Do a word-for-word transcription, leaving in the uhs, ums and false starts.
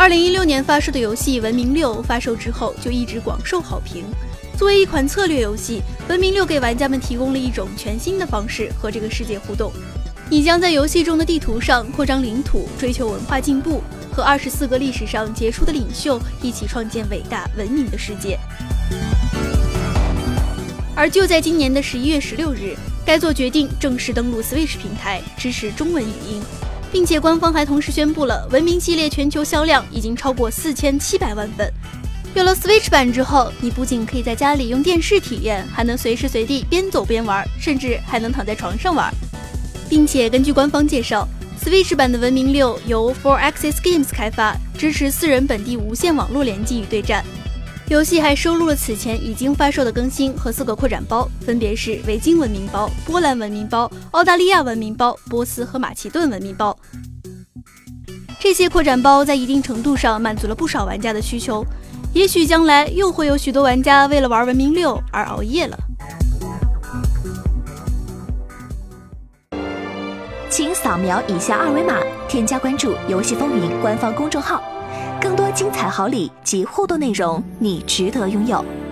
二零一六年发售的游戏《文明六》发售之后就一直广受好评。作为一款策略游戏，《文明六》给玩家们提供了一种全新的方式和这个世界互动。你将在游戏中的地图上扩张领土，追求文化进步，和二十四个历史上杰出的领袖一起创建伟大文明的世界。而就在今年的十一月十六日，该作决定正式登陆 Switch 平台，支持中文语音，并且官方还同时宣布了文明系列全球销量已经超过四千七百万份。有了 Switch 版之后，你不仅可以在家里用电视体验，还能随时随地边走边玩，甚至还能躺在床上玩。并且根据官方介绍， Switch 版的文明六由 four Axis Games 开发，支持四人本地无线网络联机与对战。游戏还收录了此前已经发售的更新和四个扩展包，分别是维京文明包、波兰文明包、澳大利亚文明包、波斯和马其顿文明包。这些扩展包在一定程度上满足了不少玩家的需求，也许将来又会有许多玩家为了玩文明六而熬夜了。 请扫描以下二维码，添加关注游戏风云官方公众号，更多精彩好礼及互动内容，你值得拥有。